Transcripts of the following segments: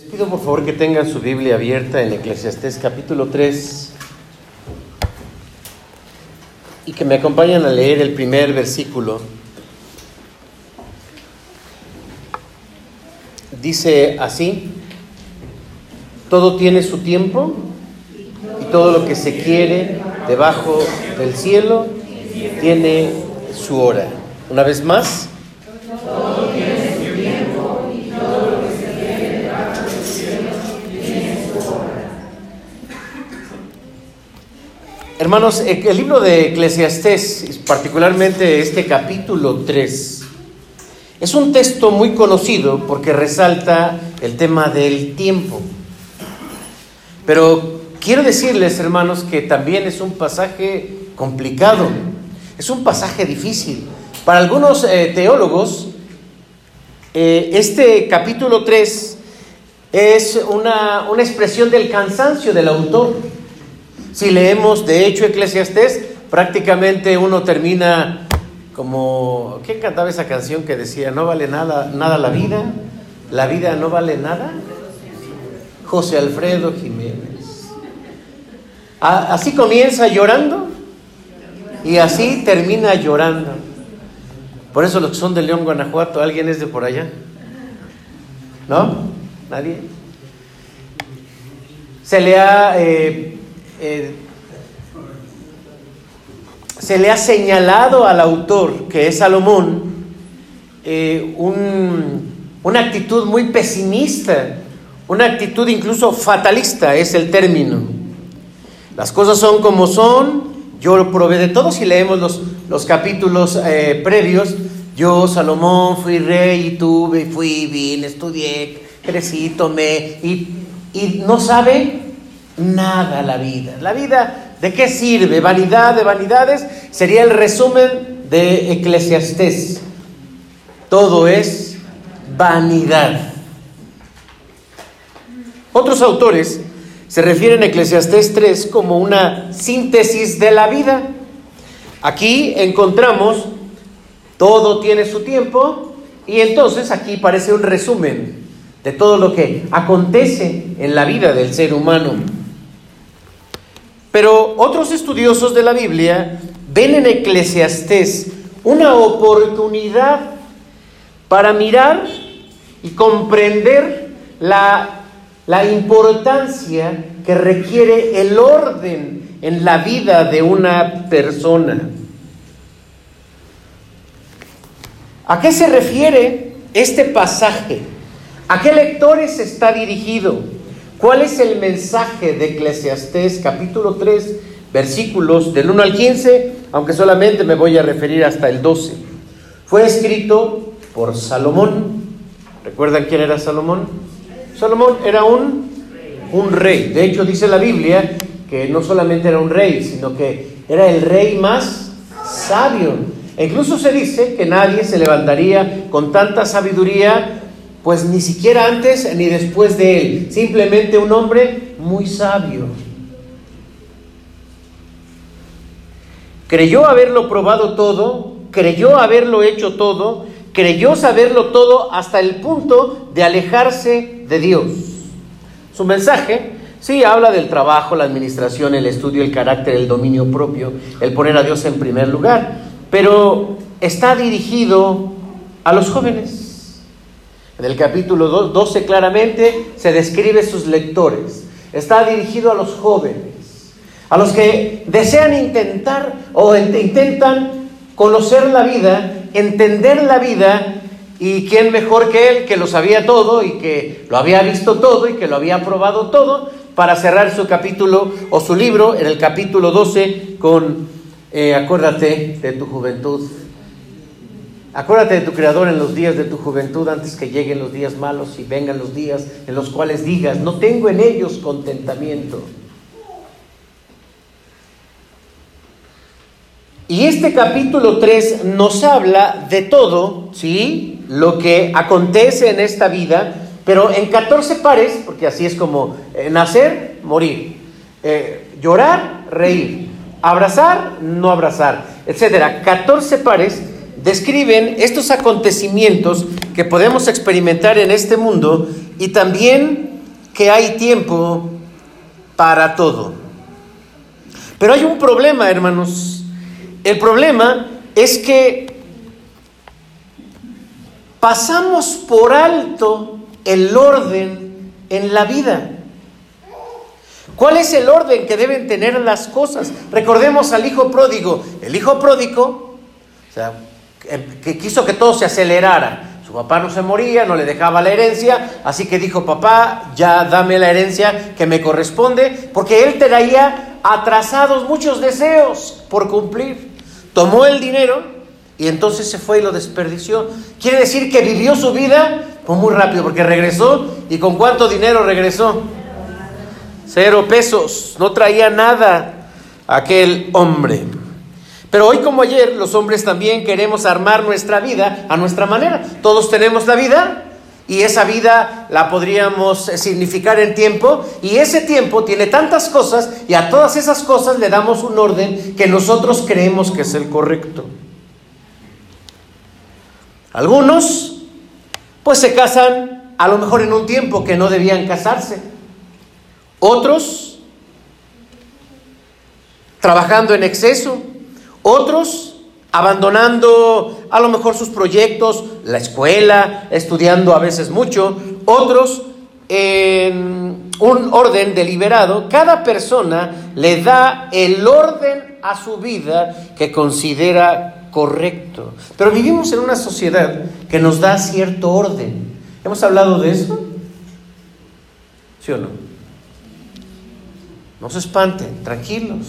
Pido por favor que tengan su Biblia abierta en Eclesiastés capítulo 3 y que me acompañen a leer el primer versículo. Dice así: todo tiene su tiempo y todo lo que se quiere debajo del cielo tiene su hora. Una vez más. Todo tiene su tiempo y todo lo que se quiere debajo del cielo tiene su hora. Hermanos, el libro de Eclesiastés, particularmente este capítulo 3, es un texto muy conocido porque resalta el tema del tiempo. Pero quiero decirles, hermanos, que también es un pasaje complicado, es un pasaje difícil. Para algunos teólogos, este capítulo 3 es una expresión del cansancio del autor. Si leemos, de hecho, Eclesiastés, prácticamente uno termina como... ¿Quién cantaba esa canción que decía, no vale nada la vida no vale nada? José Alfredo Jiménez. Así comienza llorando y así termina llorando. Por eso los que son de León, Guanajuato, ¿alguien es de por allá? ¿No? ¿Nadie? Se le ha señalado al autor, que es Salomón, una actitud muy pesimista, una actitud incluso fatalista es el término. Las cosas son como son, yo lo probé de todo. Si leemos los capítulos previos, yo, Salomón, fui rey y tuve, fui, vine, estudié, crecí, tomé, y no sabe nada la vida. La vida, ¿de qué sirve? Vanidad de vanidades, sería el resumen de Eclesiastés. Todo es vanidad. Otros autores se refieren a Eclesiastés 3 como una síntesis de la vida. Aquí encontramos todo tiene su tiempo, y entonces aquí parece un resumen de todo lo que acontece en la vida del ser humano. Pero otros estudiosos de la Biblia ven en Eclesiastés una oportunidad para mirar y comprender la importancia que requiere el orden en la vida de una persona. ¿A qué se refiere este pasaje? ¿A qué lectores está dirigido? ¿Cuál es el mensaje de Eclesiastés capítulo 3, versículos del 1 al 15? Aunque solamente me voy a referir hasta el 12. Fue escrito por Salomón. ¿Recuerdan quién era Salomón? Salomón era un rey. De hecho, dice la Biblia que no solamente era un rey, sino que era el rey más sabio. E incluso se dice que nadie se levantaría con tanta sabiduría, pues ni siquiera antes ni después de él. Simplemente un hombre muy sabio. Creyó haberlo probado todo, creyó haberlo hecho todo, creyó saberlo todo hasta el punto de alejarse de Dios. Su mensaje, sí, habla del trabajo, la administración, el estudio, el carácter, el dominio propio, el poner a Dios en primer lugar, pero está dirigido a los jóvenes. En el capítulo 12 claramente se describe sus lectores. Está dirigido a los jóvenes, a los que desean intentar o intentan conocer la vida, entender la vida. Y quién mejor que él, que lo sabía todo y que lo había visto todo y que lo había probado todo, para cerrar su capítulo o su libro en el capítulo 12 con acuérdate de tu juventud. Acuérdate de tu Creador en los días de tu juventud, antes que lleguen los días malos y vengan los días en los cuales digas, no tengo en ellos contentamiento. Y este capítulo 3 nos habla de todo, ¿sí?, lo que acontece en esta vida, pero en 14 pares, porque así es como nacer, morir, llorar, reír, abrazar, no abrazar, etcétera. 14 pares describen estos acontecimientos que podemos experimentar en este mundo y también que hay tiempo para todo. Pero hay un problema, hermanos. El problema es que pasamos por alto el orden en la vida. ¿Cuál es el orden que deben tener las cosas? Recordemos al hijo pródigo. El hijo pródigo, o sea, que quiso que todo se acelerara. Su papá no se moría, no le dejaba la herencia, así que dijo: papá, ya dame la herencia que me corresponde, porque él traía atrasados muchos deseos por cumplir. Tomó el dinero y entonces se fue y lo desperdició. Quiere decir que vivió su vida pues muy rápido, porque regresó. ¿Y con cuánto dinero regresó? 0 pesos, no traía nada aquel hombre. Pero hoy como ayer, los hombres también queremos armar nuestra vida a nuestra manera. Todos tenemos la vida y esa vida la podríamos significar en tiempo, y ese tiempo tiene tantas cosas y a todas esas cosas le damos un orden que nosotros creemos que es el correcto. Algunos pues se casan a lo mejor en un tiempo que no debían casarse. Otros trabajando en exceso. Otros abandonando a lo mejor sus proyectos, la escuela, estudiando a veces mucho. Otros en un orden deliberado. Cada persona le da el orden a su vida que considera correcto. Pero vivimos en una sociedad que nos da cierto orden. ¿Hemos hablado de eso? ¿Sí o no? No se espanten, tranquilos.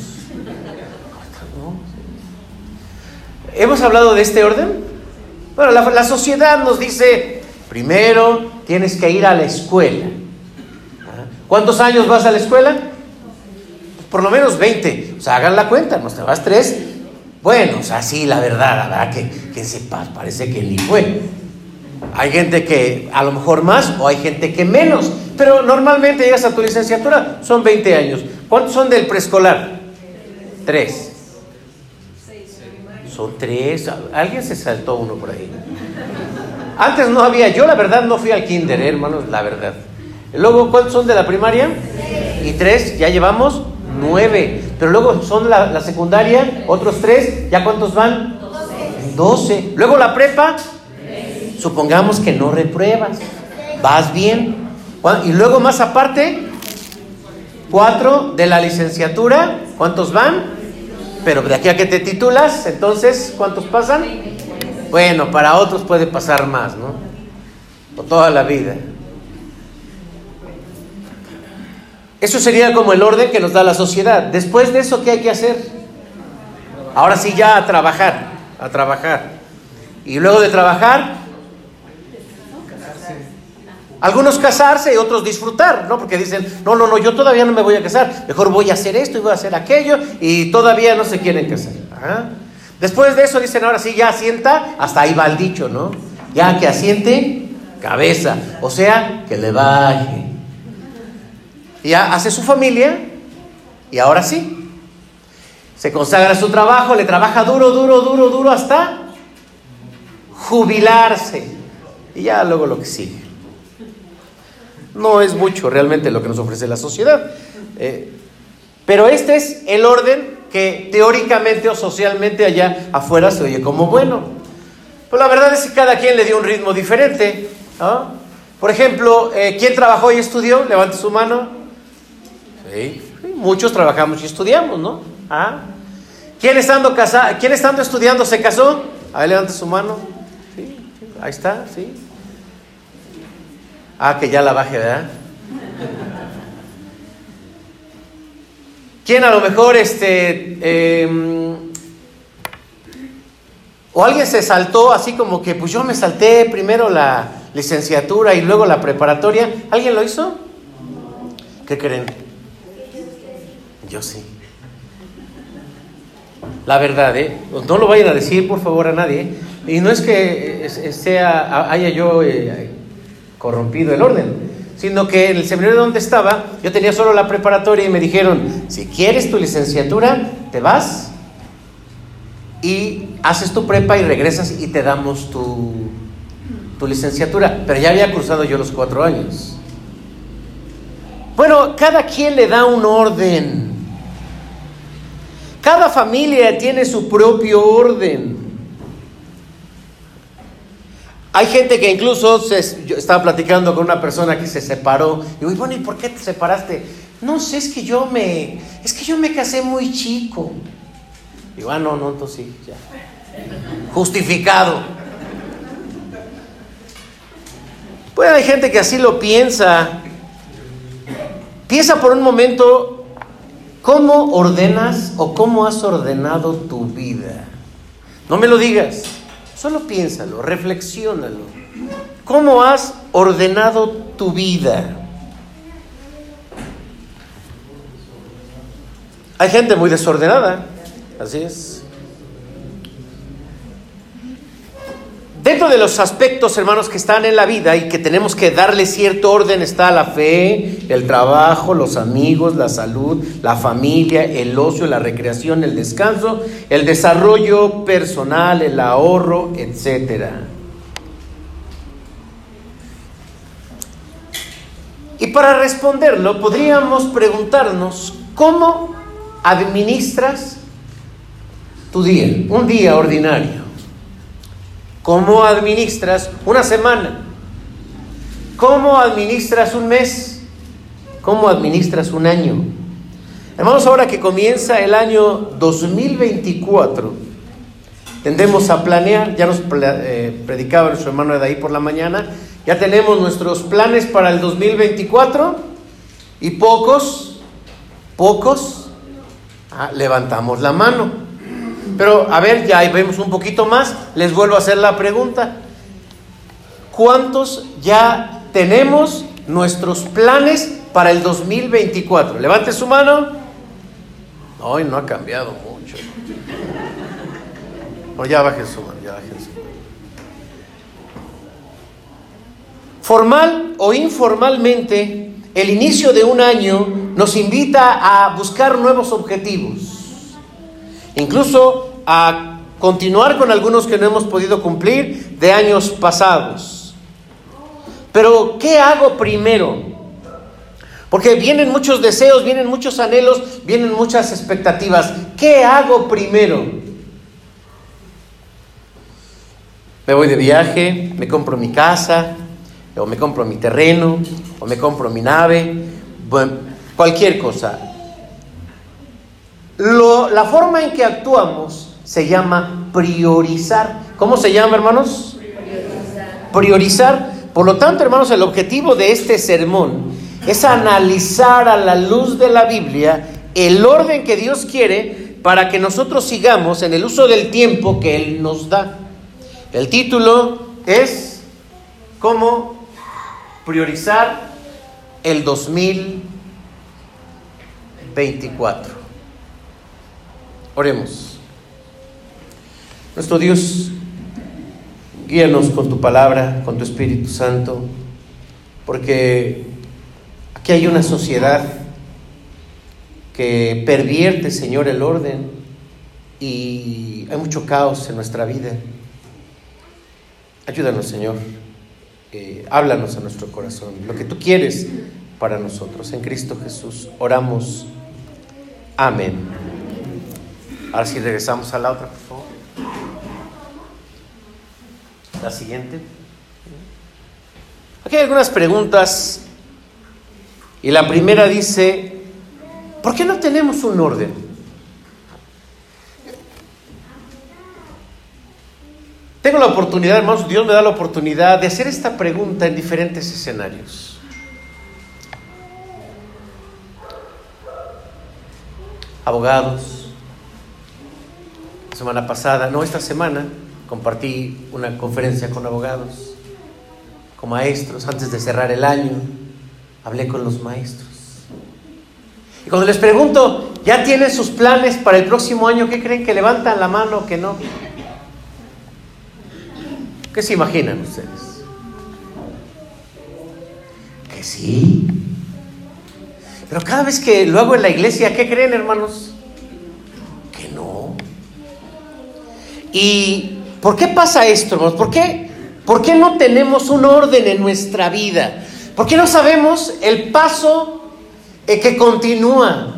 ¿Hemos hablado de este orden? Bueno, la sociedad nos dice: primero tienes que ir a la escuela. ¿Cuántos años vas a la escuela? Por lo menos 20. O sea, hagan la cuenta, ¿no te vas 3? Bueno, o sea, sí, la verdad que sepa, parece que ni fue. Hay gente que a lo mejor más, o hay gente que menos, pero normalmente llegas a tu licenciatura, son 20 años. ¿Cuántos son del preescolar? 3. Son 3. Alguien se saltó uno por ahí. Antes no había. Yo la verdad no fui al kinder, hermanos, la verdad. Luego, ¿cuántos son de la primaria? 3. Y 3, ya llevamos 9. Pero luego son la secundaria, otros 3. ¿Ya cuántos van? 12. Luego la prepa. 3. Supongamos que no repruebas, vas bien. Y luego más aparte, 4 de la licenciatura. ¿Cuántos van? Pero de aquí a que te titulas, entonces, ¿cuántos pasan? Bueno, para otros puede pasar más, ¿no? O toda la vida. Eso sería como el orden que nos da la sociedad. Después de eso, ¿qué hay que hacer? Ahora sí, ya a trabajar. Y luego de trabajar, algunos casarse y otros disfrutar, ¿no? Porque dicen: no, yo todavía no me voy a casar, mejor voy a hacer esto y voy a hacer aquello, y todavía no se quieren casar. Después de eso dicen: ahora sí, ya asienta, hasta ahí va el dicho, ¿no? Ya que asiente cabeza, o sea, que le baje. Y ya hace su familia, y ahora sí, se consagra a su trabajo, le trabaja duro hasta jubilarse, y ya luego lo que sigue. No es mucho realmente lo que nos ofrece la sociedad, pero este es el orden que teóricamente o socialmente allá afuera se oye como bueno. Pues la verdad es que cada quien le dio un ritmo diferente, ¿no? Por ejemplo, ¿quién trabajó y estudió? Levante su mano. Sí, muchos trabajamos y estudiamos, ¿no? ¿Quién estando estudiando se casó? A ver, levante su mano. Sí, ahí está, sí. Que ya la baje, ¿verdad? ¿Quién a lo mejor o alguien se saltó así como que pues yo me salté primero la licenciatura y luego la preparatoria? ¿Alguien lo hizo? ¿Qué creen? Yo sí. La verdad, no lo vayan a decir por favor a nadie, y no es que haya yo corrompido el orden, sino que en el seminario donde estaba yo tenía solo la preparatoria y me dijeron: si quieres tu licenciatura, te vas y haces tu prepa y regresas y te damos tu licenciatura. Pero ya había cursado yo los 4 años. Bueno, cada quien le da un orden. Cada familia tiene su propio orden. Hay gente que incluso, yo estaba platicando con una persona que se separó. Y digo, bueno, ¿y por qué te separaste? No sé, es que yo me casé muy chico. Digo, no, entonces sí, ya. Justificado. Pues hay gente que así lo piensa. Piensa por un momento, ¿cómo ordenas o cómo has ordenado tu vida? No me lo digas, solo piénsalo, reflexiónalo. ¿Cómo has ordenado tu vida? Hay gente muy desordenada, así es. Dentro de los aspectos, hermanos, que están en la vida y que tenemos que darle cierto orden está la fe, el trabajo, los amigos, la salud, la familia, el ocio, la recreación, el descanso, el desarrollo personal, el ahorro, etc. Y para responderlo, podríamos preguntarnos, ¿cómo administras tu día? Un día ordinario. ¿Cómo administras una semana? ¿Cómo administras un mes? ¿Cómo administras un año? Hermanos, ahora que comienza el año 2024, tendemos a planear, ya nos predicaba nuestro hermano de ahí por la mañana, ya tenemos nuestros planes para el 2024 y pocos levantamos la mano. Pero a ver, ya vemos un poquito más, les vuelvo a hacer la pregunta. ¿Cuántos ya tenemos nuestros planes para el 2024? Levante su mano. Hoy no ha cambiado mucho. No, ya bajen su mano, Formal o informalmente, el inicio de un año nos invita a buscar nuevos objetivos. Incluso a continuar con algunos que no hemos podido cumplir de años pasados. Pero, ¿qué hago primero? Porque vienen muchos deseos, vienen muchos anhelos, vienen muchas expectativas. ¿Qué hago primero? Me voy de viaje, me compro mi casa, o me compro mi terreno, o me compro mi nave, bueno, cualquier cosa. La forma en que actuamos se llama priorizar. ¿Cómo se llama, hermanos? Priorizar. Por lo tanto, hermanos, el objetivo de este sermón es analizar a la luz de la Biblia el orden que Dios quiere para que nosotros sigamos en el uso del tiempo que Él nos da. El título es ¿Cómo priorizar el 2024? Oremos. Nuestro Dios, guíanos con tu palabra, con tu Espíritu Santo, porque aquí hay una sociedad que pervierte, Señor, el orden y hay mucho caos en nuestra vida. Ayúdanos, Señor, háblanos a nuestro corazón, lo que tú quieres para nosotros. En Cristo Jesús oramos. Amén. Ahora sí regresamos a la otra, por favor. La siguiente. Aquí hay algunas preguntas. Y la primera dice: ¿por qué no tenemos un orden? Tengo la oportunidad, hermanos, Dios me da la oportunidad de hacer esta pregunta en diferentes escenarios. Abogados, esta semana compartí una conferencia con abogados, con maestros. Antes de cerrar el año, hablé con los maestros. Y cuando les pregunto, ¿ya tienen sus planes para el próximo año? ¿Qué creen? ¿Que levantan la mano o que no? ¿Qué se imaginan ustedes? Que sí. Pero cada vez que lo hago en la iglesia, ¿qué creen, hermanos? Que no. ¿Y por qué pasa esto, hermanos? ¿Por qué no tenemos un orden en nuestra vida? ¿Por qué no sabemos el paso que continúa.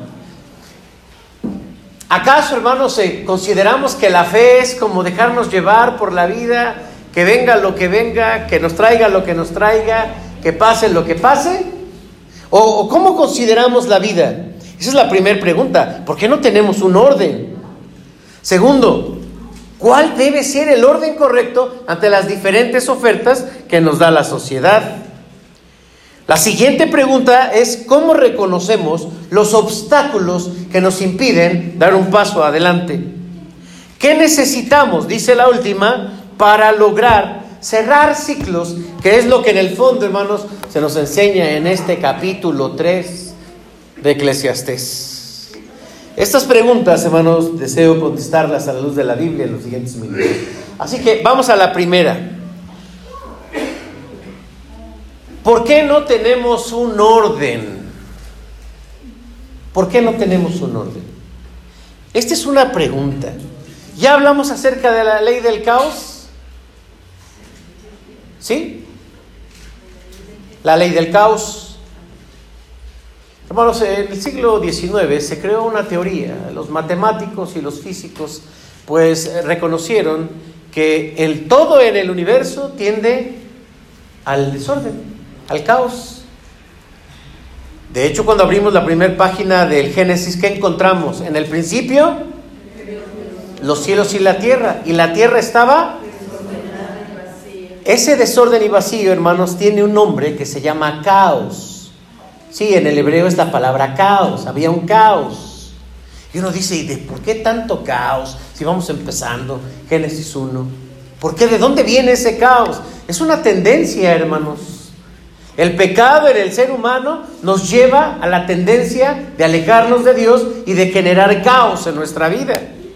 ¿Acaso, hermanos, consideramos que la fe es como dejarnos llevar por la vida, que venga lo que venga, que nos traiga lo que nos traiga, que pase lo que pase? ¿O cómo consideramos la vida? Esa es la primera pregunta. ¿Por qué no tenemos un orden? Segundo, ¿cuál debe ser el orden correcto ante las diferentes ofertas que nos da la sociedad? La siguiente pregunta es: ¿cómo reconocemos los obstáculos que nos impiden dar un paso adelante? ¿Qué necesitamos, dice la última, para lograr cerrar ciclos? Que es lo que en el fondo, hermanos, se nos enseña en este capítulo 3 de Eclesiastés. Estas preguntas, hermanos, deseo contestarlas a la luz de la Biblia en los siguientes minutos. Así que vamos a la primera. ¿Por qué no tenemos un orden? ¿Por qué no tenemos un orden? Esta es una pregunta. ¿Ya hablamos acerca de la ley del caos? ¿Sí? La ley del caos. Hermanos, en el siglo XIX se creó una teoría. Los matemáticos y los físicos pues reconocieron que el todo en el universo tiende al desorden, al caos. De hecho, cuando abrimos la primera página del Génesis, ¿qué encontramos? En el principio, los cielos y la tierra estaba. Ese desorden y vacío, hermanos, tiene un nombre que se llama caos. Sí, en el hebreo es la palabra caos. Había un caos. Y uno dice: ¿y por qué tanto caos? Si vamos empezando, Génesis 1. ¿Por qué? ¿De dónde viene ese caos? Es una tendencia, hermanos. El pecado en el ser humano nos lleva a la tendencia de alejarnos de Dios y de generar caos en nuestra vida.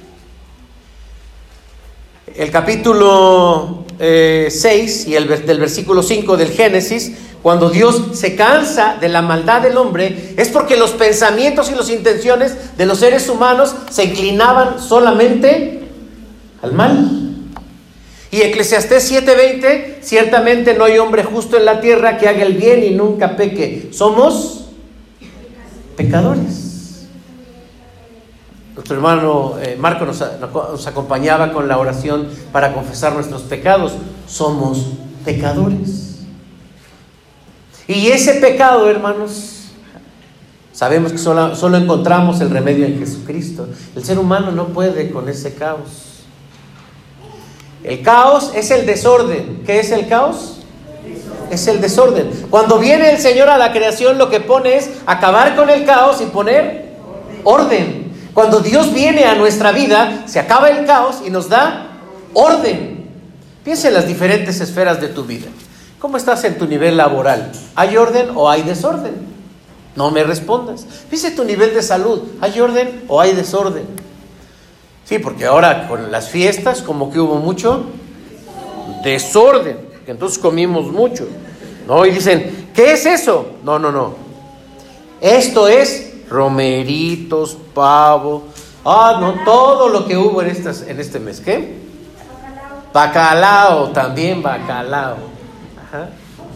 El capítulo 6 y del versículo 5 del Génesis, cuando Dios se cansa de la maldad del hombre, es porque los pensamientos y las intenciones de los seres humanos se inclinaban solamente al mal. Y Eclesiastés 7:20: ciertamente no hay hombre justo en la tierra que haga el bien y nunca peque. Somos pecadores. Nuestro hermano Marco nos acompañaba con la oración para confesar nuestros pecados. Somos pecadores. Y ese pecado, hermanos, sabemos que solo encontramos el remedio en Jesucristo. El ser humano no puede con ese caos. El caos es el desorden. ¿Qué es el caos? Es el desorden. Cuando viene el Señor a la creación, lo que pone es acabar con el caos y poner orden. Cuando Dios viene a nuestra vida, se acaba el caos y nos da orden. Piensa en las diferentes esferas de tu vida. ¿Cómo estás en tu nivel laboral? ¿Hay orden o hay desorden? No me respondas. Piensa en tu nivel de salud. ¿Hay orden o hay desorden? Sí, porque ahora con las fiestas como que hubo mucho desorden, entonces comimos mucho, ¿no? Y dicen: ¿qué es eso? No. Esto es romeritos, pavo, todo lo que hubo en este mes. ¿Qué? Bacalao, también bacalao. Ajá.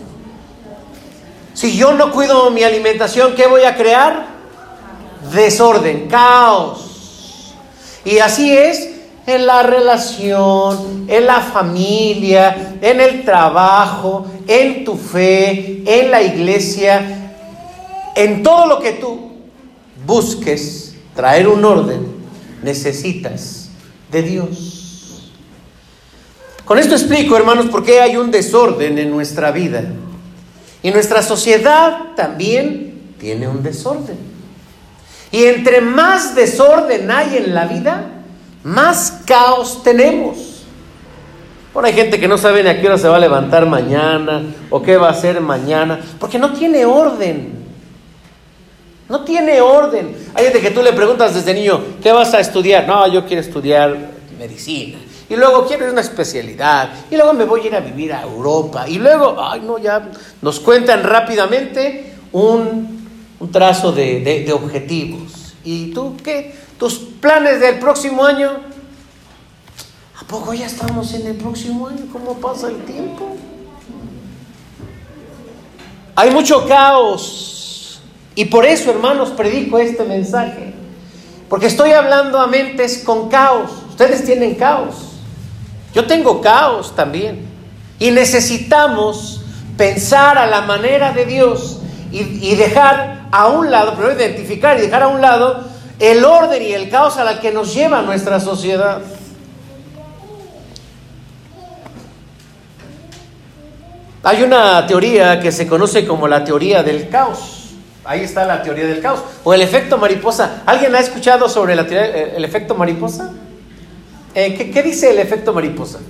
Si yo no cuido mi alimentación, ¿qué voy a crear? Desorden, caos. Y así es en la relación, en la familia, en el trabajo, en tu fe, en la iglesia, en todo lo que tú busques traer un orden, necesitas de Dios. Con esto explico, hermanos, por qué hay un desorden en nuestra vida. Y nuestra sociedad también tiene un desorden. Y entre más desorden hay en la vida, más caos tenemos. Bueno, hay gente que no sabe ni a qué hora se va a levantar mañana o qué va a hacer mañana, porque no tiene orden. No tiene orden. Hay gente que tú le preguntas desde niño: ¿qué vas a estudiar? No, yo quiero estudiar medicina. Y luego quiero una especialidad. Y luego me voy a ir a vivir a Europa. Y luego, ya nos cuentan rápidamente un trazo de objetivos. ¿Y tú qué? ¿Tus planes del próximo año? ¿A poco ya estamos en el próximo año? ¿Cómo pasa el tiempo? Hay mucho caos Y por eso, hermanos, predico este mensaje. Porque estoy hablando a mentes con caos. Ustedes tienen caos. Yo tengo caos también. Y necesitamos pensar a la manera de Dios y dejar a un lado, primero identificar y dejar a un lado el orden y el caos al que nos lleva nuestra sociedad. Hay una teoría que se conoce como la teoría del caos. Ahí está la teoría del caos. O el efecto mariposa. ¿Alguien ha escuchado sobre la teoría, el efecto mariposa? ¿Qué dice el efecto mariposa?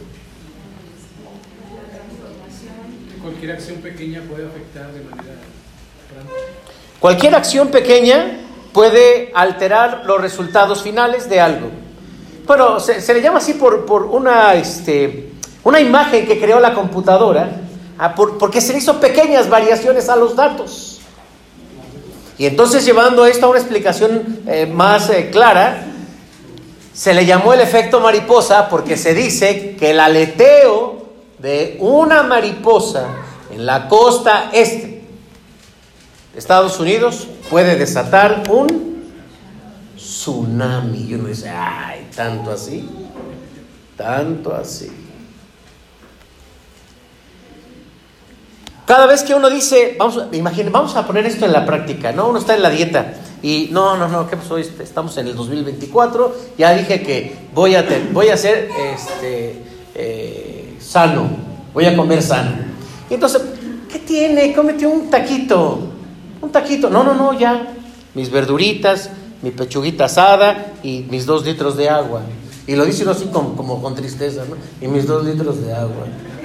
Cualquier acción pequeña puede afectar de manera grande. Cualquier acción pequeña puede alterar los resultados finales de algo. Bueno, se le llama así por una imagen que creó la computadora, porque se le hizo pequeñas variaciones a los datos. Y entonces, llevando esto a una explicación más clara, se le llamó el efecto mariposa porque se dice que el aleteo de una mariposa en la costa este de Estados Unidos puede desatar un tsunami. Y uno dice, ay, tanto así, tanto así. Cada vez que uno dice, vamos a poner esto en la práctica, ¿no? Uno está en la dieta y no, ¿qué pasó? Estamos en el 2024, ya dije que voy a ser sano, voy a comer sano. Y entonces, ¿qué tiene? Cómete un taquito. No, ya. Mis verduritas, mi pechuguita asada y mis 2 litros de agua. Y lo dice uno así como con tristeza, ¿no? Y mis 2 litros de agua.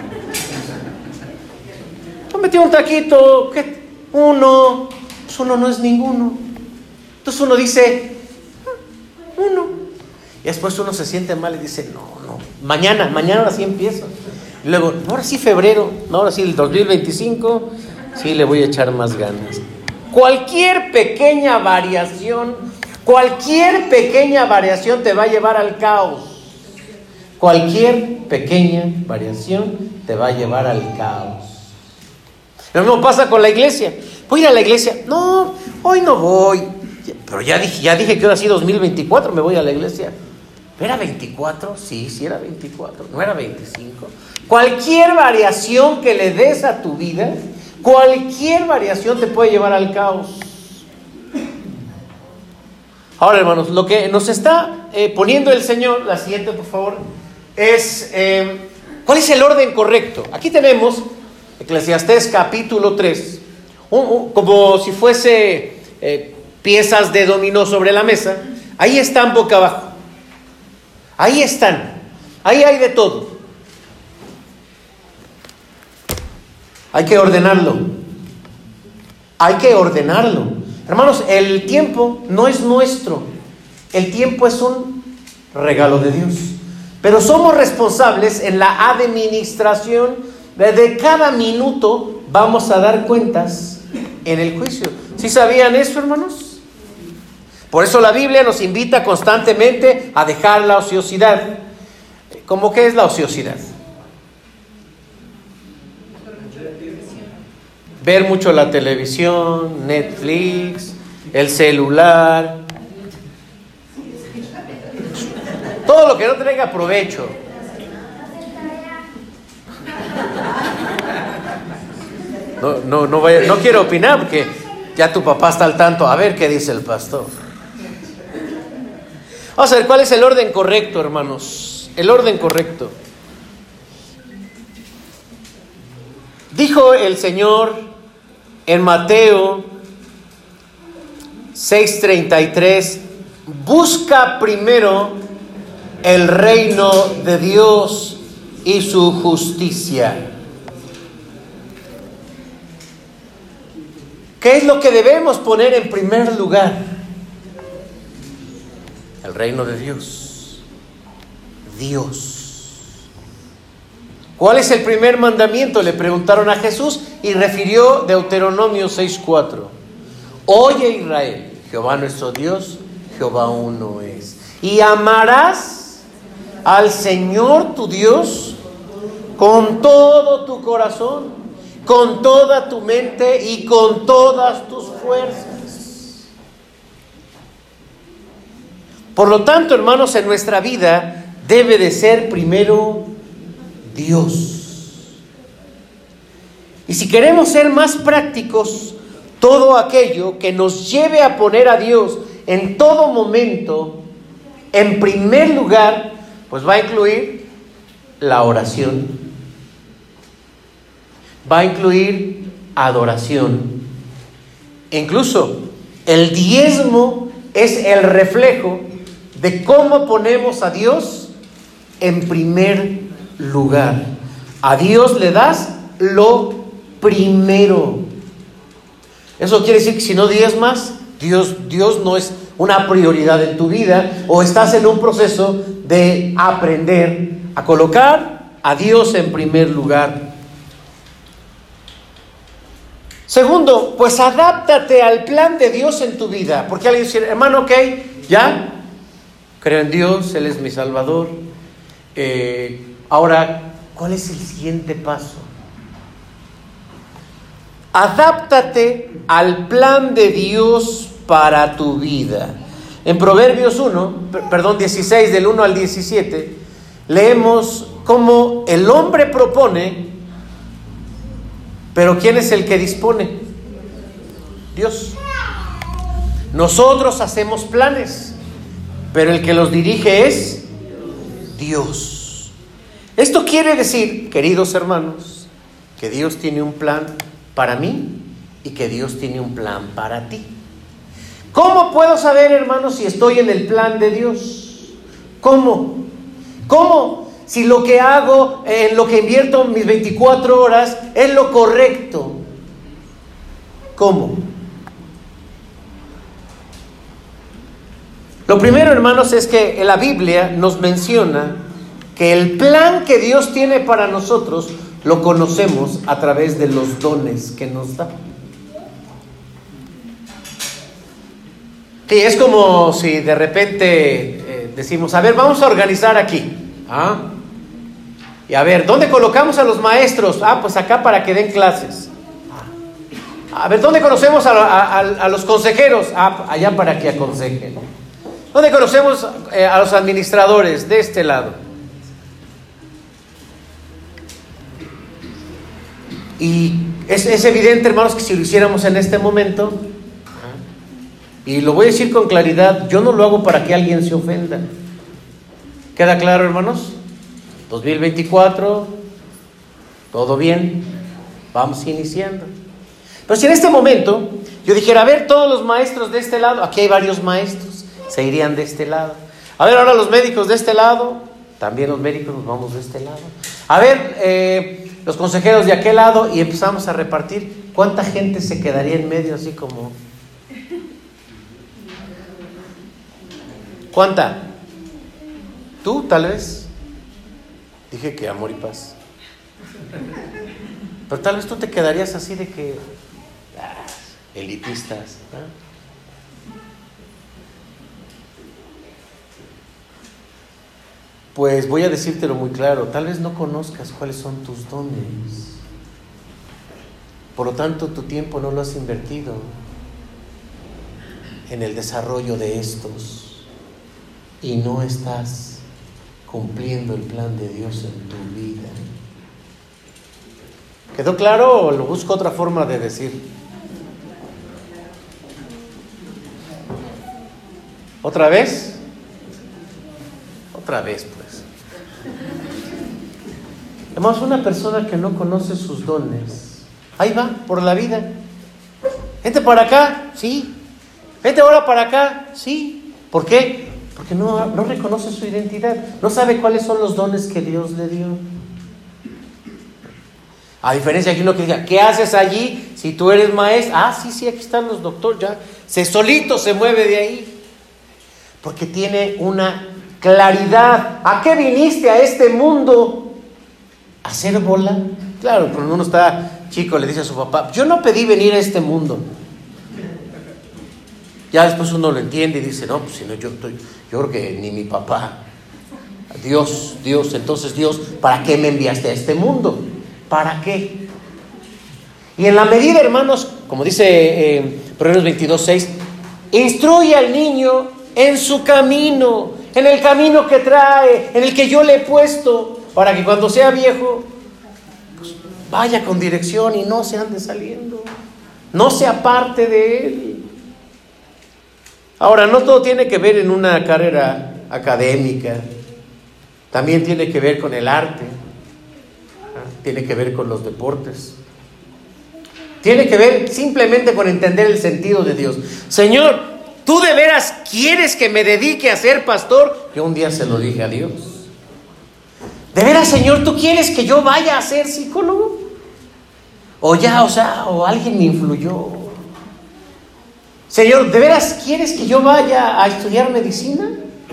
Cómete un taquito, ¿qué? Uno no es ninguno. Entonces uno dice, uno. Y después uno se siente mal y dice, no, mañana ahora sí empiezo. Y luego, ahora sí febrero, ahora sí el 2025, sí le voy a echar más ganas. Cualquier pequeña variación te va a llevar al caos. Cualquier pequeña variación te va a llevar al caos. Lo mismo pasa con la iglesia. ¿Voy a ir a la iglesia? No, hoy no voy. Pero ya dije que ahora sí 2024 me voy a la iglesia. ¿Era 24? Sí, era 24. ¿No era 25? Cualquier variación que le des a tu vida, cualquier variación te puede llevar al caos. Ahora, hermanos, lo que nos está poniendo el Señor, la siguiente, por favor, es ¿cuál es el orden correcto? Aquí tenemos Eclesiastés capítulo 3, como si fuese piezas de dominó sobre la mesa. Ahí están boca abajo. Ahí están. Ahí hay de todo. Hay que ordenarlo. Hermanos, el tiempo no es nuestro. El tiempo es un regalo de Dios. Pero somos responsables en la administración. De cada minuto vamos a dar cuentas en el juicio. ¿Sí sabían eso, hermanos? Por eso la Biblia nos invita constantemente a dejar la ociosidad. ¿Cómo qué es la ociosidad? Ver mucho la televisión, Netflix, el celular, todo lo que no traiga provecho. No quiero opinar porque ya tu papá está al tanto. A ver qué dice el pastor. Vamos a ver cuál es el orden correcto, hermanos. El orden correcto. Dijo el Señor en Mateo 6:33: busca primero el reino de Dios y su justicia. ¿Qué es lo que debemos poner en primer lugar? El reino de Dios. Dios. ¿Cuál es el primer mandamiento? Le preguntaron a Jesús y refirió Deuteronomio 6:4. Oye Israel, Jehová nuestro Dios, Jehová uno es. Y amarás al Señor tu Dios con todo tu corazón, con toda tu mente y con todas tus fuerzas. Por lo tanto, hermanos, en nuestra vida debe de ser primero Dios. Y si queremos ser más prácticos, todo aquello que nos lleve a poner a Dios en todo momento en primer lugar, pues va a incluir la oración, va a incluir adoración. Incluso el diezmo es el reflejo de cómo ponemos a Dios en primer lugar. A Dios le das lo primero. Eso quiere decir que si no diezmas, Dios no es una prioridad en tu vida, o estás en un proceso de aprender a colocar a Dios en primer lugar. Segundo, pues adáptate al plan de Dios en tu vida. Porque alguien dice, hermano, ok, ya creo en Dios, Él es mi Salvador. Ahora, ¿cuál es el siguiente paso? Adáptate al plan de Dios para tu vida. En Proverbios 16, del 1 al 17, leemos cómo el hombre propone, pero ¿quién es el que dispone? Dios. Nosotros hacemos planes, pero el que los dirige es Dios. Esto quiere decir, queridos hermanos, que Dios tiene un plan para mí y que Dios tiene un plan para ti. ¿Cómo puedo saber, hermanos, si estoy en el plan de Dios? ¿Cómo? Si lo que hago, en lo que invierto mis 24 horas, es lo correcto. ¿Cómo? Lo primero, hermanos, es que en la Biblia nos menciona que el plan que Dios tiene para nosotros lo conocemos a través de los dones que nos da. Sí, es como si de repente decimos, a ver, vamos a organizar aquí. Y a ver, ¿dónde colocamos a los maestros? Pues acá para que den clases. A ver, ¿dónde conocemos a los consejeros? Allá para que aconsejen. ¿Dónde conocemos a los administradores? De este lado. Y es evidente, hermanos, que si lo hiciéramos en este momento, y lo voy a decir con claridad, yo no lo hago para que alguien se ofenda. ¿Queda claro, hermanos? 2024, todo bien, vamos iniciando. Pero si en este momento yo dijera, a ver, todos los maestros de este lado, aquí hay varios maestros, se irían de este lado. A ver, ahora los médicos de este lado, también los médicos nos vamos de este lado. A ver, los consejeros de aquel lado, y empezamos a repartir. ¿Cuánta gente se quedaría en medio así como? ¿Cuánta? ¿Tú, tal vez? Dije que amor y paz. Pero tal vez tú te quedarías así de que elitistas, ¿no? Pues voy a decírtelo muy claro, tal vez no conozcas cuáles son tus dones. Por lo tanto, tu tiempo no lo has invertido en el desarrollo de estos y no estás cumpliendo el plan de Dios en tu vida. ¿Quedó claro o lo busco otra forma de decir? ¿Otra vez? Otra vez, pues. Además, una persona que no conoce sus dones, ahí va, por la vida. Vente para acá, sí. Vente ahora para acá, sí. ¿Por qué? Porque no reconoce su identidad. No sabe cuáles son los dones que Dios le dio. A diferencia de uno que diga, ¿qué haces allí si tú eres maestro? Sí, aquí están los doctores, ya. Solito se mueve de ahí. Porque tiene una claridad. ¿A qué viniste a este mundo? ¿A hacer bola? Claro, cuando uno está chico le dice a su papá, yo no pedí venir a este mundo. Ya después uno lo entiende y dice, no, pues si no, yo creo que ni mi papá. Dios, entonces Dios, ¿para qué me enviaste a este mundo? ¿Para qué? Y en la medida, hermanos, como dice Proverbios 22:6, instruye al niño en su camino, en el camino que trae, en el que yo le he puesto, para que cuando sea viejo, pues vaya con dirección y no se ande saliendo, no se aparte de él. Ahora, no todo tiene que ver en una carrera académica, también tiene que ver con el arte, tiene que ver con los deportes, tiene que ver simplemente con entender el sentido de Dios. Señor, ¿tú de veras quieres que me dedique a ser pastor? Yo un día se lo dije a Dios. ¿De veras, Señor, tú quieres que yo vaya a ser psicólogo? O alguien me influyó. Señor, ¿de veras quieres que yo vaya a estudiar medicina?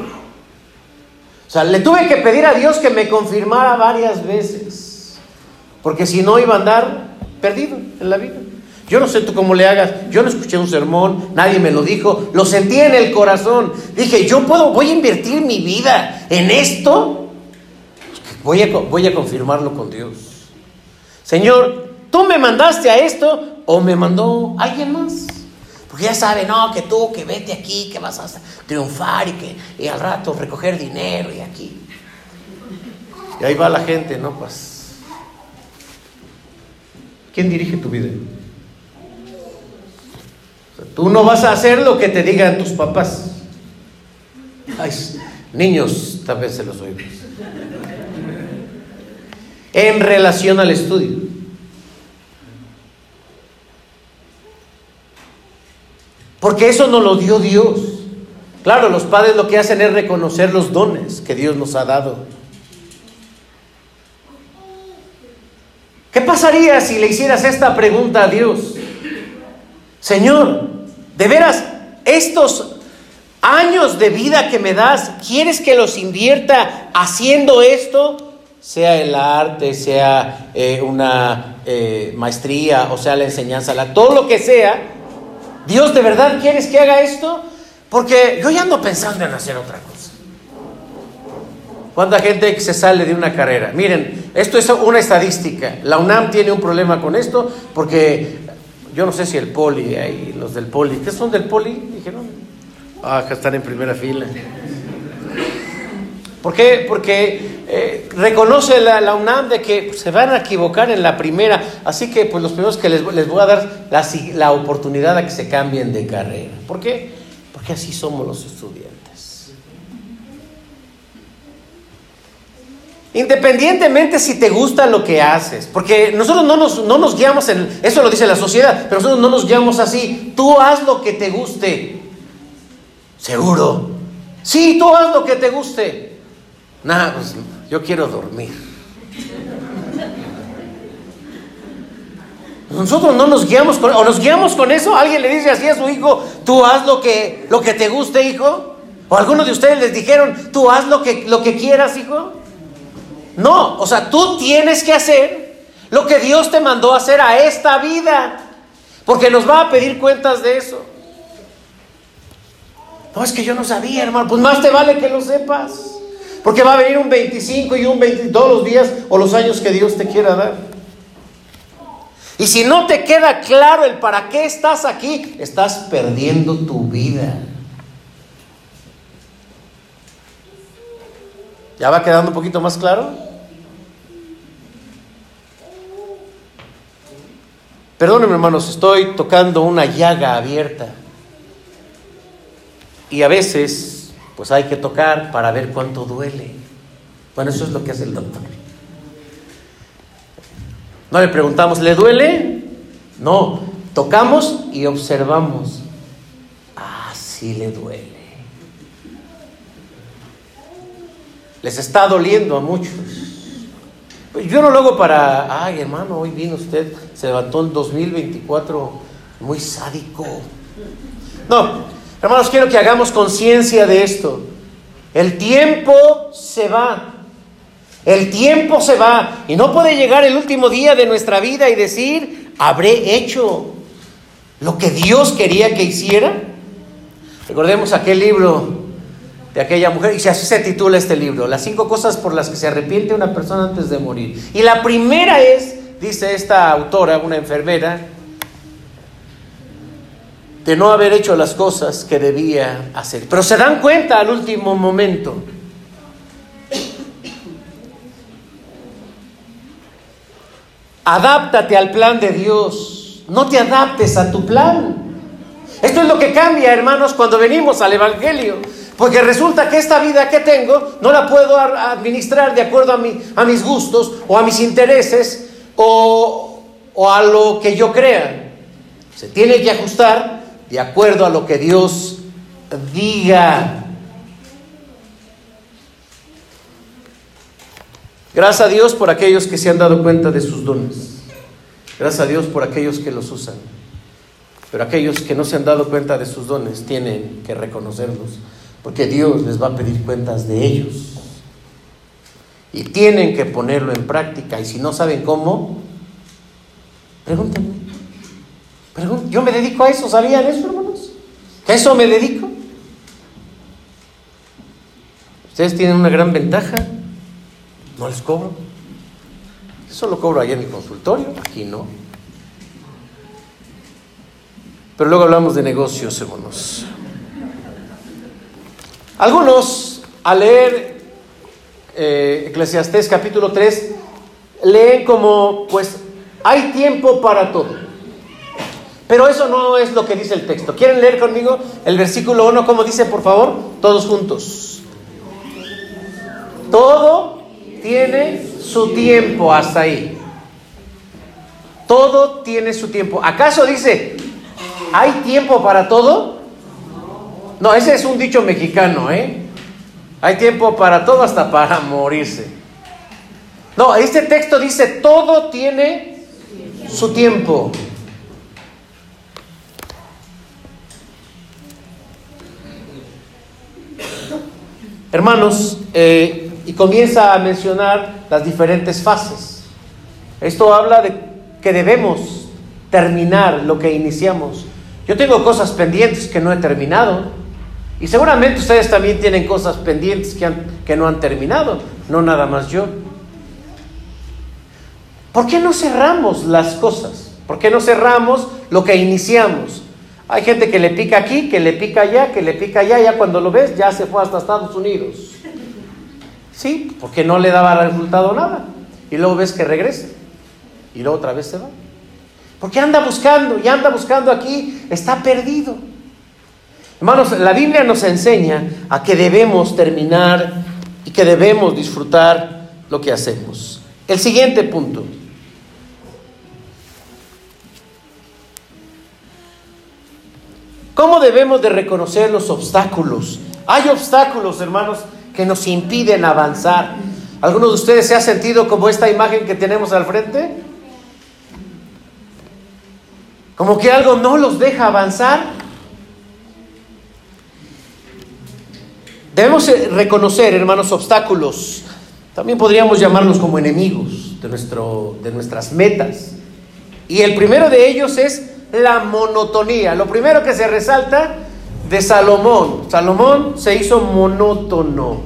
O sea, le tuve que pedir a Dios que me confirmara varias veces, porque si no iba a andar perdido en la vida. Yo no sé tú cómo le hagas, yo no escuché un sermón, nadie me lo dijo, lo sentí en el corazón. Dije, voy a invertir mi vida en esto, voy a confirmarlo con Dios. Señor, ¿tú me mandaste a esto o me mandó alguien más? Porque ya sabe, no, que tú, que vete aquí, que vas a triunfar y al rato recoger dinero y aquí. Y ahí va la gente, ¿no? Pues, ¿quién dirige tu vida? O sea, tú no vas a hacer lo que te digan tus papás. Ay, niños, tal vez se los oigo. En relación al estudio. Porque eso nos lo dio Dios. Claro, los padres lo que hacen es reconocer los dones que Dios nos ha dado. ¿Qué pasaría si le hicieras esta pregunta a Dios? Señor, ¿de veras estos años de vida que me das, quieres que los invierta haciendo esto? Sea el arte, sea una maestría, o sea la enseñanza, todo lo que sea. Dios, ¿de verdad quieres que haga esto? Porque yo ya ando pensando en hacer otra cosa. ¿Cuánta gente se sale de una carrera? Miren, esto es una estadística. La UNAM tiene un problema con esto porque yo no sé si el Poli, ahí, los del Poli, ¿qué son del Poli? Dijeron, acá están en primera fila. ¿Por qué? Porque reconoce la UNAM de que se van a equivocar en la primera, así que pues los primeros que les voy a dar la oportunidad a que se cambien de carrera. ¿Por qué? Porque así somos los estudiantes. Independientemente si te gusta lo que haces, porque nosotros no nos guiamos eso lo dice la sociedad, pero nosotros no nos guiamos así. Tú haz lo que te guste. ¿Seguro? Sí, tú haz lo que te guste. Nada, pues yo quiero dormir. Nosotros no nos guiamos o nos guiamos con eso. Alguien le dice así a su hijo, tú haz lo que te guste, hijo. O algunos de ustedes les dijeron, tú haz lo que quieras, hijo. No, o sea, tú tienes que hacer lo que Dios te mandó a hacer a esta vida, porque nos va a pedir cuentas de eso. No, es que yo no sabía, hermano. Pues más te vale que lo sepas, porque va a venir un 25 y un 20 todos los días o los años que Dios te quiera dar. Y si no te queda claro el para qué estás aquí, estás perdiendo tu vida. ¿Ya va quedando un poquito más claro? Perdónenme, hermanos, estoy tocando una llaga abierta. Y a veces pues hay que tocar para ver cuánto duele. Bueno, eso es lo que hace el doctor. No le preguntamos, ¿le duele? No, tocamos y observamos. Ah, sí le duele. Les está doliendo a muchos. Pues yo no lo hago para, ay hermano, hoy vino usted, se levantó en 2024 muy sádico. No. Hermanos, quiero que hagamos conciencia de esto. El tiempo se va. El tiempo se va. Y no puede llegar el último día de nuestra vida y decir, habré hecho lo que Dios quería que hiciera. Recordemos aquel libro de aquella mujer, y así se titula este libro, las 5 cosas por las que se arrepiente una persona antes de morir. Y la primera es, dice esta autora, una enfermera, de no haber hecho las cosas que debía hacer. Pero se dan cuenta al último momento. Adáptate al plan de Dios, no te adaptes a tu plan. Esto es lo que cambia, hermanos, cuando venimos al Evangelio. Porque resulta que esta vida que tengo no la puedo administrar de acuerdo a mis gustos o a mis intereses o a lo que yo crea. Se tiene que ajustar de acuerdo a lo que Dios diga. Gracias a Dios por aquellos que se han dado cuenta de sus dones. Gracias a Dios por aquellos que los usan. Pero aquellos que no se han dado cuenta de sus dones tienen que reconocerlos, porque Dios les va a pedir cuentas de ellos. Y tienen que ponerlo en práctica. Y si no saben cómo, pregúntenme. Yo me dedico a eso, ¿sabían eso, hermanos? ¿Que a eso me dedico? Ustedes tienen una gran ventaja. No les cobro. Eso lo cobro allá en el consultorio, aquí no. Pero luego hablamos de negocios, hermanos. Algunos, al leer Eclesiastés capítulo 3, leen como, pues, hay tiempo para todo. Pero eso no es lo que dice el texto. ¿Quieren leer conmigo el versículo 1? ¿Cómo dice, por favor? Todos juntos. Todo tiene su tiempo, hasta ahí. Todo tiene su tiempo. ¿Acaso dice, hay tiempo para todo? No, ese es un dicho mexicano, ¿eh? Hay tiempo para todo, hasta para morirse. No, este texto dice, todo tiene su tiempo. Hermanos, y comienza a mencionar las diferentes fases. Esto habla de que debemos terminar lo que iniciamos. Yo tengo cosas pendientes que no he terminado, y seguramente ustedes también tienen cosas pendientes que no han terminado, no nada más yo. ¿Por qué no cerramos las cosas? ¿Por qué no cerramos lo que iniciamos? Hay gente que le pica aquí, que le pica allá, que le pica allá, ya cuando lo ves ya se fue hasta Estados Unidos. Sí, porque no le daba resultado nada. Y luego ves que regresa. Y luego otra vez se va. Porque anda buscando y anda buscando aquí, está perdido. Hermanos, la Biblia nos enseña a que debemos terminar y que debemos disfrutar lo que hacemos. El siguiente punto. ¿Cómo debemos de reconocer los obstáculos? Hay obstáculos, hermanos, que nos impiden avanzar. ¿Alguno de ustedes se ha sentido como esta imagen que tenemos al frente? Como que algo no los deja avanzar. Debemos reconocer, hermanos, obstáculos. También podríamos llamarlos como enemigos de nuestras metas. Y el primero de ellos es la monotonía. Lo primero que se resalta de Salomón. Salomón se hizo monótono.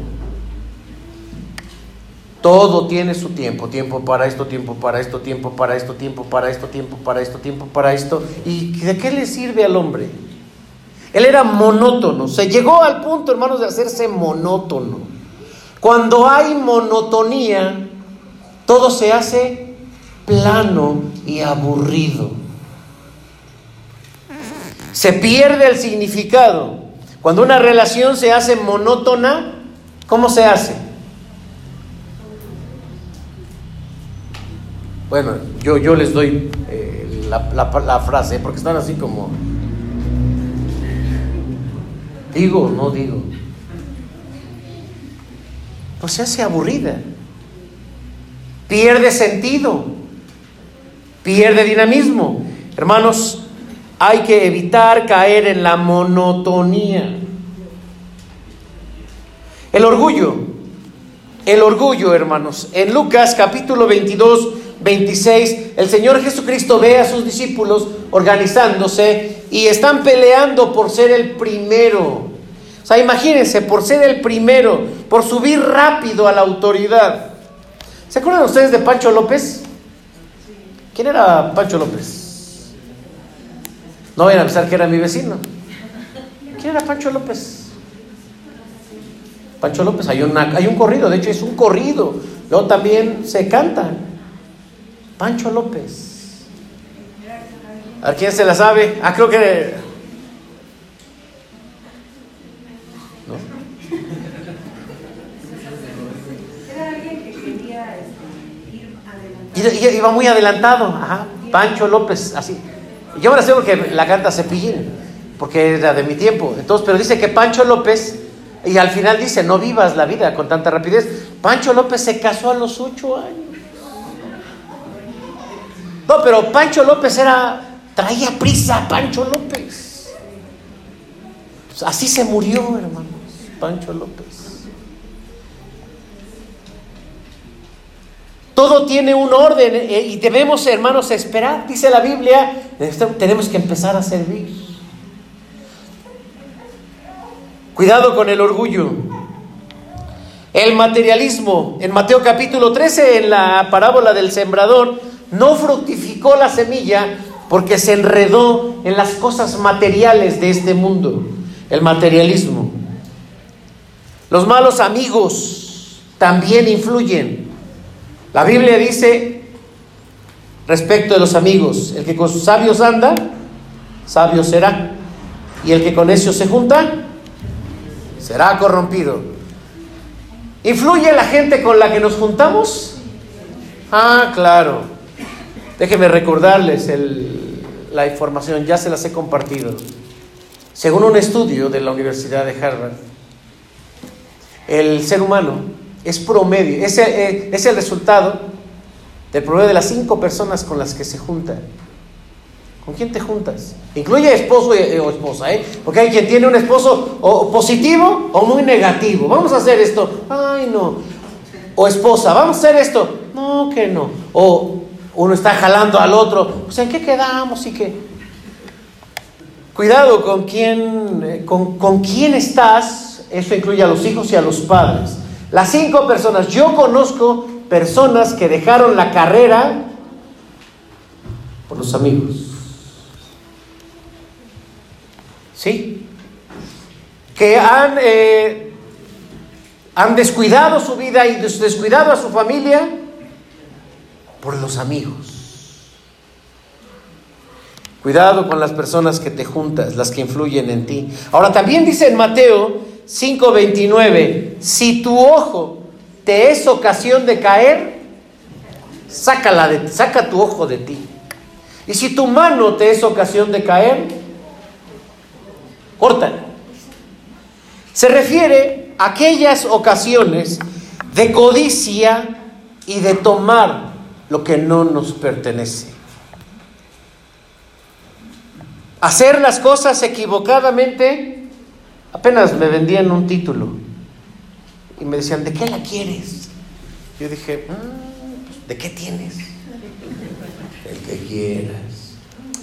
Todo tiene su tiempo. Tiempo para esto, tiempo para esto, tiempo para esto, tiempo para esto, tiempo para esto, tiempo para esto. ¿Y de qué le sirve al hombre? Él era monótono. Se llegó al punto, hermanos, de hacerse monótono. Cuando hay monotonía, todo se hace plano y aburrido. Se pierde el significado. Cuando una relación se hace monótona, ¿cómo se hace? Bueno, yo les doy la frase, porque están así como, ¿digo o no digo? Pues se hace aburrida, pierde sentido, pierde dinamismo. Hermanos, hay que evitar caer en la monotonía. El orgullo, hermanos. En Lucas capítulo 22, 26, el Señor Jesucristo ve a sus discípulos organizándose y están peleando por ser el primero. O sea, imagínense, por ser el primero, por subir rápido a la autoridad. ¿Se acuerdan ustedes de Pancho López? ¿Quién era Pancho López? No vayan a pensar que era mi vecino. ¿Quién era Pancho López? Pancho López, hay un corrido, de hecho es un corrido. Luego también se canta. Pancho López. ¿A quién se la sabe? Creo que... ¿no? Era alguien que quería ir adelantado. Iba muy adelantado. Ajá. Pancho López, así. Yo me la sé porque la canta Cepillín, porque era de mi tiempo. Entonces, pero dice que Pancho López, y al final dice, no vivas la vida con tanta rapidez. Pancho López se casó a los 8 años. No, pero Pancho López traía prisa, Pancho López. Pues así se murió, hermanos, Pancho López. Todo tiene un orden y debemos, hermanos, esperar. Dice la Biblia, tenemos que empezar a servir. Cuidado con el orgullo. El materialismo. En Mateo capítulo 13, en la parábola del sembrador, no fructificó la semilla porque se enredó en las cosas materiales de este mundo. El materialismo. Los malos amigos también influyen. La Biblia dice respecto de los amigos: el que con sus sabios anda, sabio será, y el que con necios se junta, será corrompido. ¿Influye la gente con la que nos juntamos? Claro. Déjenme recordarles la información, ya se las he compartido. Según un estudio de la Universidad de Harvard, el ser humano es promedio, es el resultado del promedio de las 5 personas con las que se juntan. ¿Con quién te juntas? Incluye esposo o esposa, porque hay quien tiene un esposo o positivo o muy negativo. Vamos a hacer esto, ay no. O esposa, vamos a hacer esto, no, que no. O uno está jalando al otro, pues ¿en qué quedamos y qué? Cuidado con quién estás. Eso incluye a los hijos y a los padres. Las 5 personas, yo conozco personas que dejaron la carrera por los amigos. ¿Sí? Que han descuidado su vida y descuidado a su familia por los amigos. Cuidado con las personas que te juntas, las que influyen en ti. Ahora también dice en Mateo 5:29, si tu ojo te es ocasión de caer, saca tu ojo de ti. Y si tu mano te es ocasión de caer, córtala. Se refiere a aquellas ocasiones de codicia y de tomar lo que no nos pertenece. Hacer las cosas equivocadamente. Apenas me vendían un título y me decían, ¿de qué la quieres? Yo dije, pues, ¿de qué tienes? El que quieras.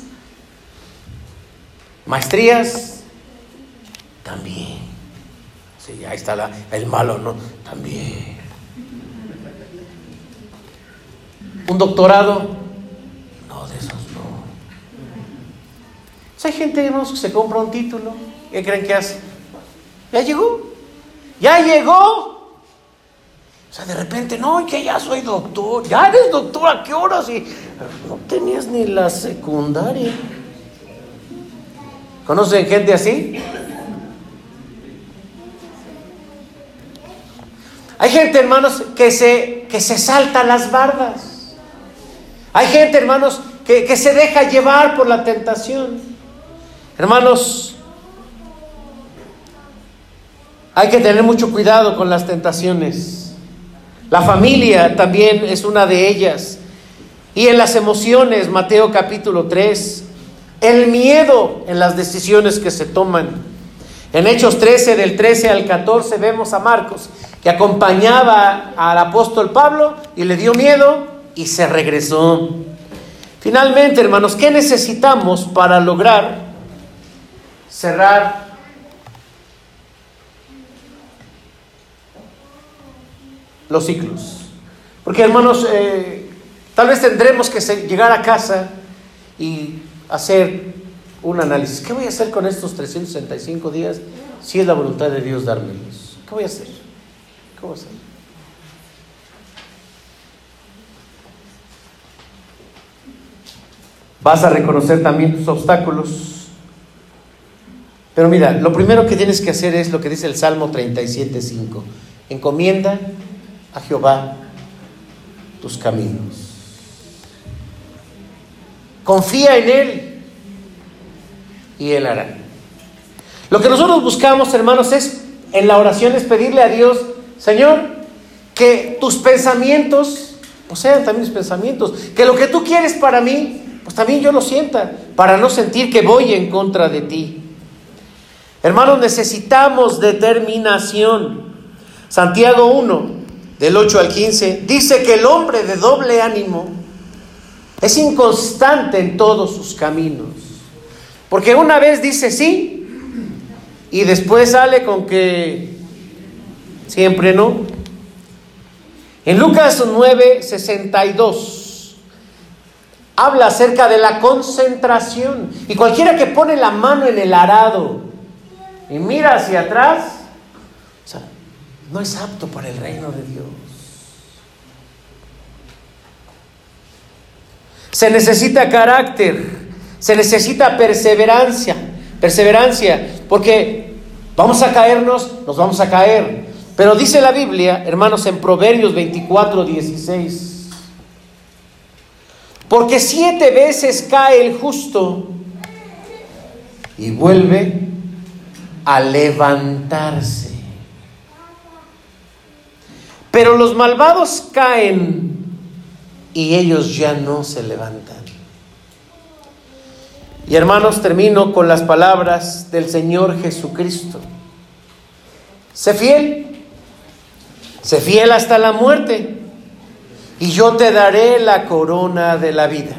Maestrías, también. Sí, ahí está el malo, ¿no? También. ¿Un doctorado? No, de esos no. Hay gente, hermanos, que se compra un título. ¿Qué creen que hace? ¿Ya llegó? ¡Ya llegó! O sea, de repente, no, que ya soy doctor. ¿Ya eres doctor? ¿A qué hora? Si no tenías ni la secundaria. ¿Conocen gente así? Hay gente, hermanos, que se salta las bardas. Hay gente, hermanos, que se deja llevar por la tentación. Hermanos, hay que tener mucho cuidado con las tentaciones. La familia también es una de ellas. Y en las emociones, Mateo capítulo 3, el miedo en las decisiones que se toman. En Hechos 13, del 13 al 14, vemos a Marcos, que acompañaba al apóstol Pablo y le dio miedo y se regresó. Finalmente, hermanos, ¿qué necesitamos para lograr cerrar los ciclos? Porque, hermanos, tal vez tendremos que llegar a casa y hacer un análisis. ¿Qué voy a hacer con estos 365 días si es la voluntad de Dios dármelos? ¿Qué voy a hacer? ¿Qué voy a hacer? Vas a reconocer también tus obstáculos. Pero mira, lo primero que tienes que hacer es lo que dice el Salmo 37:5. Encomienda a Jehová tus caminos. Confía en Él y Él hará. Lo que nosotros buscamos, hermanos, es en la oración es pedirle a Dios: Señor, que tus pensamientos pues sean también mis pensamientos, que lo que tú quieres para mí pues también yo lo sienta, para no sentir que voy en contra de ti. Hermanos, necesitamos determinación. Santiago 1, del 8 al 15, dice que el hombre de doble ánimo es inconstante en todos sus caminos. Porque una vez dice sí, y después sale con que siempre no. En Lucas 9:62 habla acerca de la concentración. Y cualquiera que pone la mano en el arado y mira hacia atrás, o sea, no es apto para el reino de Dios. Se necesita carácter, se necesita perseverancia, porque vamos a caernos, nos vamos a caer. Pero dice la Biblia, hermanos, en Proverbios 24:16, porque 7 veces cae el justo y vuelve a levantarse. Pero los malvados caen y ellos ya no se levantan. Y hermanos, termino con las palabras del Señor Jesucristo. Sé fiel hasta la muerte, y yo te daré la corona de la vida.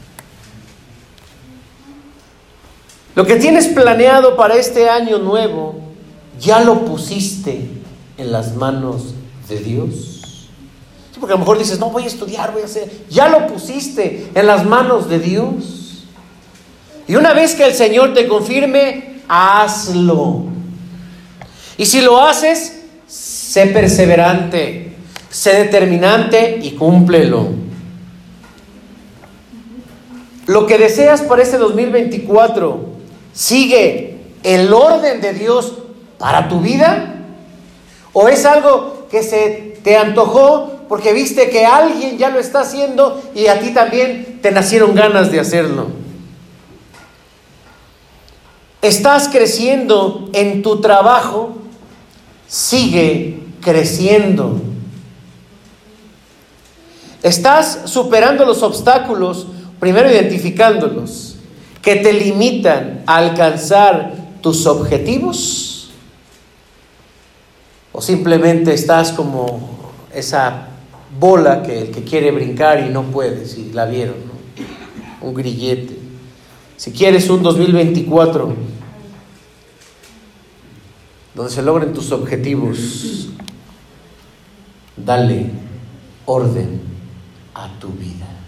Lo que tienes planeado para este año nuevo, ya lo pusiste en las manos de Dios. Sí, porque a lo mejor dices, no, voy a estudiar, voy a hacer. Ya lo pusiste en las manos de Dios. Y una vez que el Señor te confirme, hazlo. Y si lo haces, sé perseverante, sé determinante y cúmplelo. Lo que deseas para este 2024, ¿sigue el orden de Dios para tu vida? ¿O es algo que se te antojó porque viste que alguien ya lo está haciendo y a ti también te nacieron ganas de hacerlo? ¿Estás creciendo en tu trabajo? Sigue creciendo. ¿Estás superando los obstáculos? Primero identificándolos, que te limitan a alcanzar tus objetivos. ¿O simplemente estás como esa bola que el que quiere brincar y no puede? Si la vieron, ¿no? Un grillete. Si quieres un 2024 donde se logren tus objetivos, dale orden a tu vida.